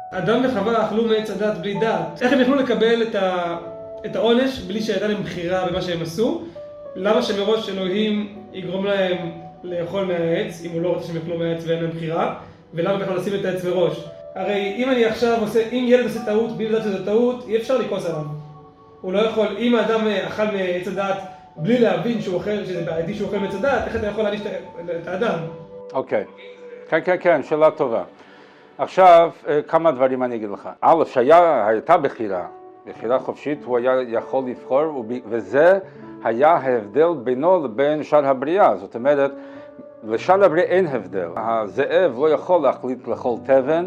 אדם וחווה אכלו מעץ הדת בלי דעת. איך הם יכלו לקבל את העונש בלי שהייתה להם בחירה במה שהם עשו? למה שמראש אלוהים יגרום להם לאכול מהעץ, אם הוא לא רוצה שהם יאכלו מהעץ ואין להם בחירה? ולמה בכלל לשים את העץ מראש? הרי אם ילד עושה טעות בלי לדעת שזו טעות, אי אפשר לכעוס עליו. הוא לא יכול, אם האדם אכל מעץ הדת בלי להבין שזה בעייתי שהוא אוכל מעץ הדת, איך אתה יכול להעניש את האדם? אוקיי. כן, שאלה טובה. עכשיו, כמה דברים אני אגיד לך. א', שהייתה בחירה חופשית, הוא היה יכול לבחור, וזה היה ההבדל בינו לבין שאר הבריאה. זאת אומרת, לשאר הבריאה אין הבדל. הזאב לא יכול להחליט לאכול תבן,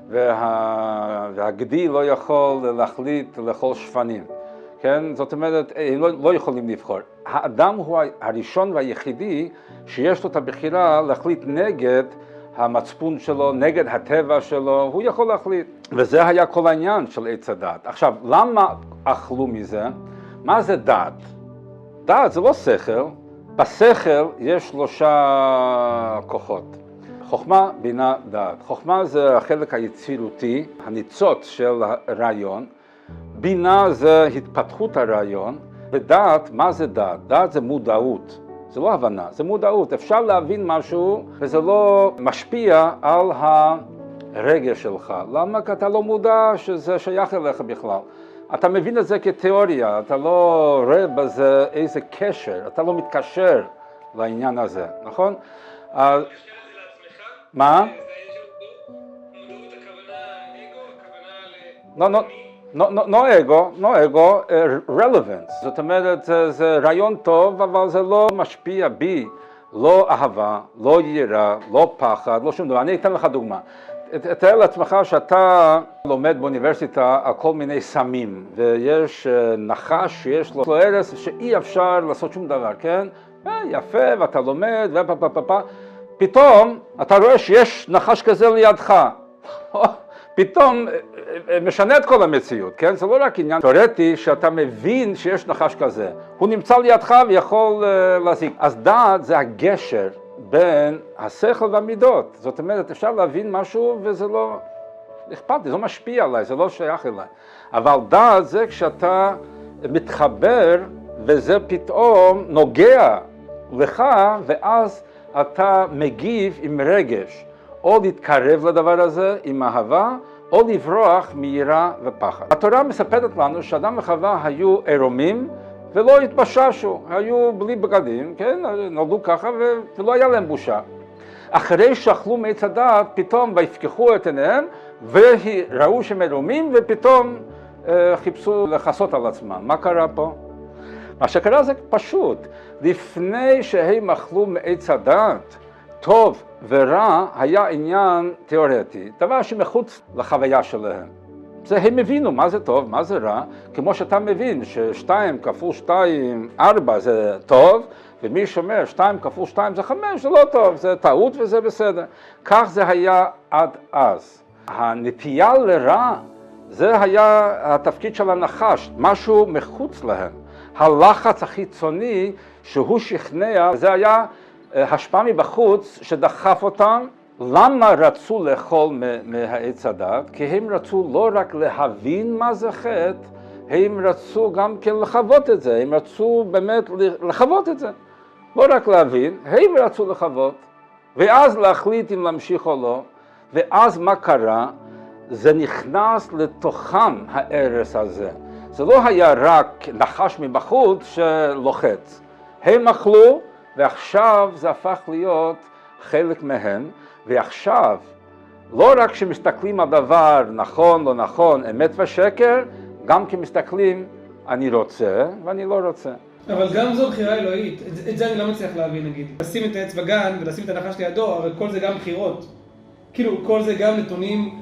והגדי לא יכול להחליט לאכול שפנים. כן? זאת אומרת, הם לא יכולים לבחור. האדם הוא הראשון והיחידי שיש לו את הבחירה להחליט נגד המצפון שלו, נגד הטבע שלו, הוא יכול להחליט. וזה היה כל העניין של עץ הדת. עכשיו, למה אכלו מזה? מה זה דת? דת זה לא שכל. בשכל יש 3 כוחות. חוכמה, בינה, דעת. חוכמה זה החלק היצירותי, הניצוץ של הרעיון. בינה זה התפתחות הרעיון. ודעת, מה זה דעת? דעת זה מודעות. זה לא הבנה, זה מודעות. אפשר להבין משהו וזה לא משפיע על הרגש שלך. למה? כי אתה לא מודע שזה שייך אליך בכלל. אתה מבין את זה כתיאוריה, אתה לא רואה בזה איזה קשר, אתה לא מתקשר לעניין הזה, נכון? מה? לא אגו, relevance. זאת אומרת, זה רעיון טוב, אבל זה לא משפיע בי, לא אהבה, לא יראה, לא פחד, לא שום דבר. אני אתן לך דוגמה. תאר לעצמך שאתה לומד באוניברסיטה על כל מיני סמים, ויש נחש שיש לו הרס שאי אפשר לעשות שום דבר, כן? יפה, ואתה לומד, פתאום אתה רואה שיש נחש כזה לידך. פתאום משנה את כל המציאות, כן? זה לא רק עניין תיאורטי שאתה מבין שיש נחש כזה. הוא נמצא לידך ויכול להזיק. אז דעת זה הגשר בין השכל והמידות. זאת אומרת, אפשר להבין משהו וזה לא אכפת לי, זה לא משפיע עליי, זה לא שייך אליי. אבל דעת זה כשאתה מתחבר וזה פתאום נוגע לך, ואז אתה מגיב עם רגש. או להתקרב לדבר הזה עם אהבה, או לברוח מיראה ופחד. התורה מספרת לנו שאדם וחווה היו עירומים ולא התבששו, היו בלי בגדים, כן? נולדו ככה ולא היה להם בושה. אחרי שאכלו מעץ הדעת, פתאום ויפקחו את עיניהם וראו שהם עירומים ופתאום חיפשו לכסות על עצמם. מה קרה פה? מה שקרה זה פשוט. לפני שהם אכלו מעץ הדעת, טוב ורע היה עניין תיאורטי, דבר שמחוץ לחוויה שלהם. זה הם הבינו מה זה טוב, מה זה רע, כמו שאתה מבין ש2 כפול 2, 4 זה טוב, ומי שאומר 2 כפול 2 זה 5, זה לא טוב, זה טעות וזה בסדר. כך זה היה עד אז. הנטייה לרע, זה היה התפקיד של הנחש, משהו מחוץ להם. הלחץ החיצוני שהוא שכנע, זה היה השפעה מבחוץ שדחף אותם. למה רצו לאכול מהעץ הדת? כי הם רצו לא רק להבין מה זה חטא, הם רצו גם כן לחוות את זה, הם רצו באמת לחוות את זה. לא רק להבין, הם רצו לחוות, ואז להחליט אם להמשיך או לא, ואז מה קרה? זה נכנס לתוכם ההרס הזה. זה לא היה רק נחש מבחוץ שלוחץ. הם אכלו, ועכשיו זה הפך להיות חלק מהם, ועכשיו לא רק שמסתכלים על דבר נכון, לא נכון, אמת ושקר, גם כי מסתכלים אני רוצה ואני לא רוצה. אבל גם זו בחירה אלוהית, את זה אני לא מצליח להבין נגיד. לשים את העץ בגן ולשים את הנחש לידו, אבל כל זה גם בחירות. כאילו כל זה גם נתונים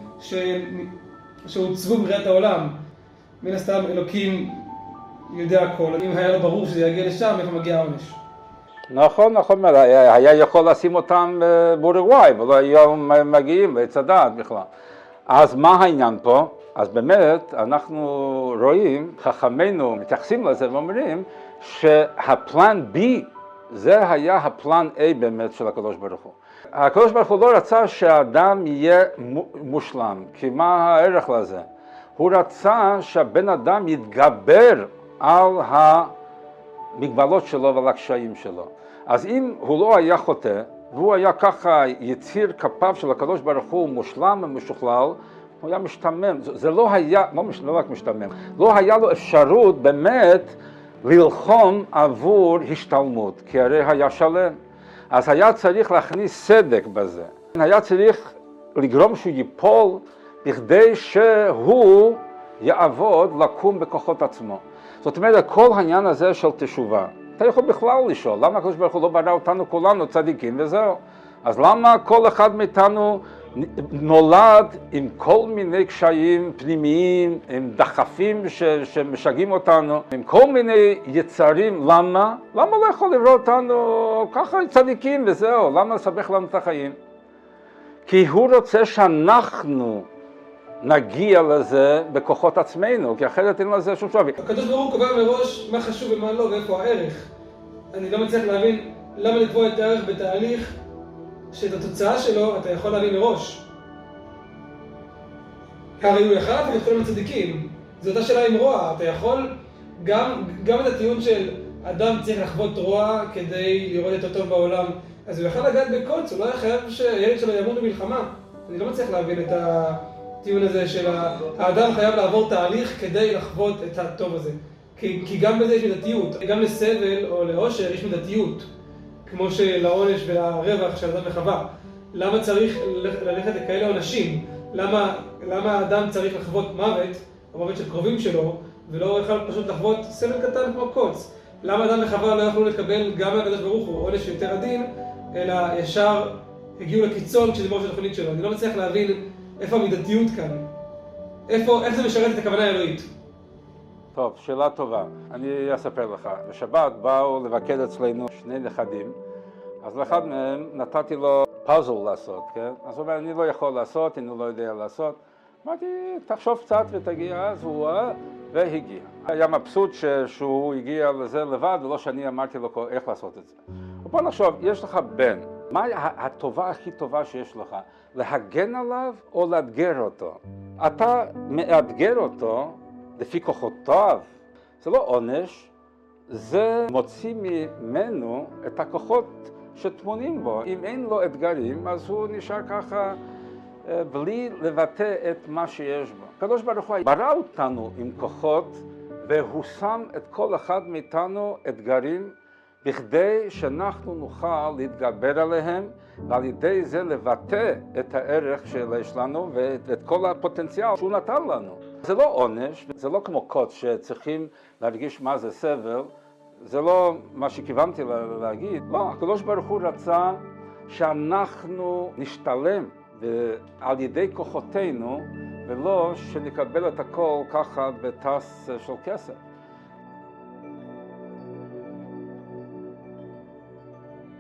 שהוצבו בבריאת העולם. מן הסתם אלוקים יודע הכל, אם היה לו ברור שזה יגיע לשם, איפה מגיע העונש. נכון, היה יכול לשים אותם באורוגוואי, ולא היו מגיעים לעץ הדעת בכלל. אז מה העניין פה? אז באמת אנחנו רואים, חכמינו מתייחסים לזה ואומרים שהפלן B זה היה הפלן A באמת של הקדוש ברוך הוא. הקדוש ברוך הוא לא רצה שהאדם יהיה מושלם, כי מה הערך לזה? הוא רצה שהבן אדם יתגבר על המגבלות שלו ועל הקשיים שלו. אז אם הוא לא היה חוטא, והוא היה ככה יציר כפיו של הקדוש ברוך הוא מושלם ומשוכלל, הוא היה משתמם. זה לא היה, לא רק משתמם, לא היה לו אפשרות באמת ללחום עבור השתלמות, כי הרי היה שלם. אז היה צריך להכניס סדק בזה. היה צריך לגרום שהוא ייפול בכדי שהוא יעבוד לקום בכוחות עצמו. זאת אומרת, כל העניין הזה של תשובה, אתה יכול בכלל לשאול, למה הקדוש ברוך הוא לא ברא אותנו כולנו צדיקים וזהו? אז למה כל אחד מאיתנו נולד עם כל מיני קשיים פנימיים, עם דחפים שמשגעים אותנו, עם כל מיני יצרים? למה? למה לא יכול לראות אותנו ככה צדיקים וזהו? למה לסבך לנו את החיים? כי הוא רוצה שאנחנו נגיע לזה בכוחות עצמנו, כי אחרת אין לזה שום שווה. הקדוש ברוך הוא קובע מראש מה חשוב ומה לא ואיפה הערך. אני לא מצליח להבין למה לקבוע את הערך בתהליך שאת התוצאה שלו אתה יכול להבין מראש. הרי הוא יכל להפוך את כולם הצדיקים. זו אותה שאלה עם רוע. אתה יכול גם את הטיעון של אדם צריך לחוות רוע כדי לראות את הטוב בעולם. אז הוא יכל לגעת בקוץ, הוא לא היה חייב שהילד שלו ימות במלחמה. אני לא מצליח להבין את הטיעון הזה של האדם חייב לעבור תהליך כדי לחוות את הטוב הזה. כי גם בזה יש מידתיות. גם לסבל או לאושר יש מידתיות. כמו שלעונש ולרווח של אדם וחווה. למה צריך ללכת לכאלה עונשים? למה האדם צריך לחוות מוות, או מוות של קרובים שלו, ולא יכול פשוט לחוות סבל קטן כמו קוץ? למה אדם וחווה לא יכלו לקבל גם מהקדוש ברוך הוא עונש יותר עדין, אלא ישר הגיעו לקיצון כשזה מראש התוכנית שלו? אני לא מצליח להבין איפה המידתיות כאן. איך זה משרת את הכוונה האלוהית? טוב, שאלה טובה. אני אספר לך. בשבת באו לבקר אצלנו שני נכדים, אז לאחד מהם נתתי לו פאזל לעשות, כן? אז הוא אומר, אני לא יכול לעשות, אני לא יודע לעשות. אמרתי, תחשוב קצת ותגיע, אז הוא והגיע. היה מבסוט שהוא הגיע לזה לבד, ולא שאני אמרתי לו איך לעשות את זה. בוא נחשוב, יש לך בן, מה הטובה הכי טובה שיש לך? להגן עליו או לאתגר אותו? אתה מאתגר אותו לפי כוחותיו, זה לא עונש, זה מוציא ממנו את הכוחות שטמונים בו. אם אין לו אתגרים, אז הוא נשאר ככה בלי לבטא את מה שיש בו. הקדוש ברוך הוא ברא אותנו עם כוחות, והוא שם את כל אחד מאיתנו אתגרים, בכדי שאנחנו נוכל להתגבר עליהם, ועל ידי זה לבטא את הערך שיש לנו ואת כל הפוטנציאל שהוא נתן לנו. זה לא עונש, זה לא כמו קוץ שצריכים להרגיש מה זה סבל, זה לא מה שכיוונתי להגיד. לא, הקדוש ברוך הוא רצה שאנחנו נשתלם על ידי כוחותינו, ולא שנקבל את הכל ככה בטס של כסף.